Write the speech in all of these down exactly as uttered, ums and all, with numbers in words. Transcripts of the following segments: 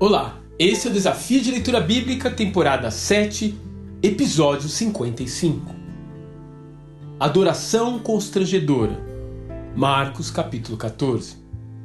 Olá, esse é o Desafio de Leitura Bíblica, temporada sete, episódio cinquenta e cinco. Adoração constrangedora. Marcos capítulo quatorze.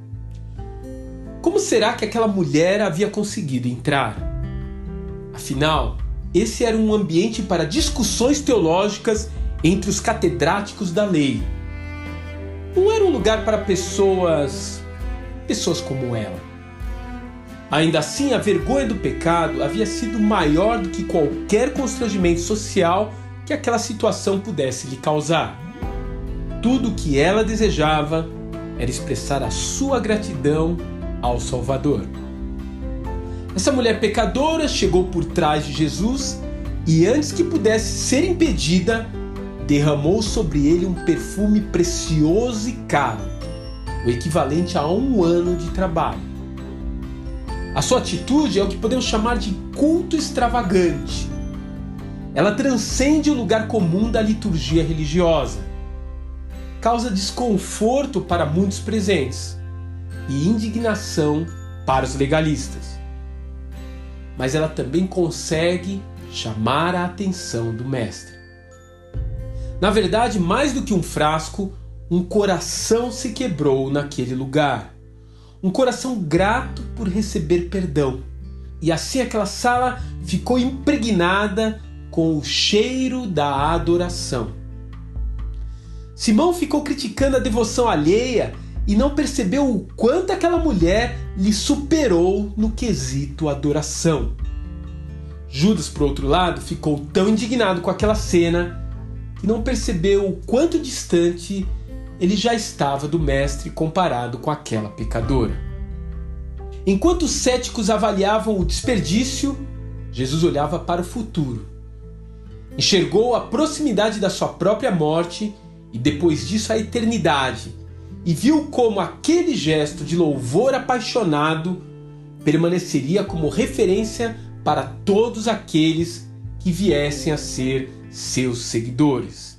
Como será que aquela mulher havia conseguido entrar? Afinal, esse era um ambiente para discussões teológicas entre os catedráticos da lei. Não era um lugar para pessoas... pessoas como ela. Ainda assim, a vergonha do pecado havia sido maior do que qualquer constrangimento social que aquela situação pudesse lhe causar. Tudo o que ela desejava era expressar a sua gratidão ao Salvador. Essa mulher pecadora chegou por trás de Jesus e, antes que pudesse ser impedida, derramou sobre ele um perfume precioso e caro, o equivalente a um ano de trabalho. A sua atitude é o que podemos chamar de culto extravagante. Ela transcende o lugar comum da liturgia religiosa. Causa desconforto para muitos presentes e indignação para os legalistas. Mas ela também consegue chamar a atenção do Mestre. Na verdade, mais do que um frasco, um coração se quebrou naquele lugar. Um coração grato por receber perdão. E assim aquela sala ficou impregnada com o cheiro da adoração. Simão ficou criticando a devoção alheia e não percebeu o quanto aquela mulher lhe superou no quesito adoração. Judas, por outro lado, ficou tão indignado com aquela cena que não percebeu o quanto distante ele já estava do Mestre comparado com aquela pecadora. Enquanto os céticos avaliavam o desperdício, Jesus olhava para o futuro. Enxergou a proximidade da sua própria morte e depois disso a eternidade, e viu como aquele gesto de louvor apaixonado permaneceria como referência para todos aqueles que viessem a ser seus seguidores.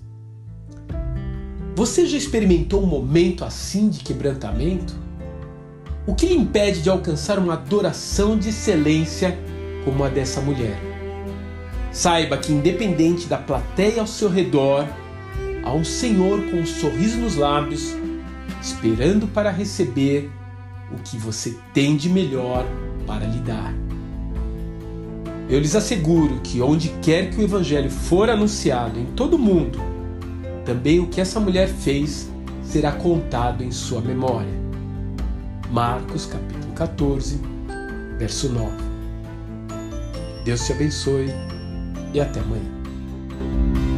Você já experimentou um momento assim de quebrantamento? O que lhe impede de alcançar uma adoração de excelência como a dessa mulher? Saiba que, independente da plateia ao seu redor, há um Senhor com um sorriso nos lábios, esperando para receber o que você tem de melhor para lhe dar. Eu lhes asseguro que onde quer que o Evangelho for anunciado em todo o mundo, também o que essa mulher fez será contado em sua memória. Marcos capítulo quatorze, verso nove. Deus te abençoe e até amanhã.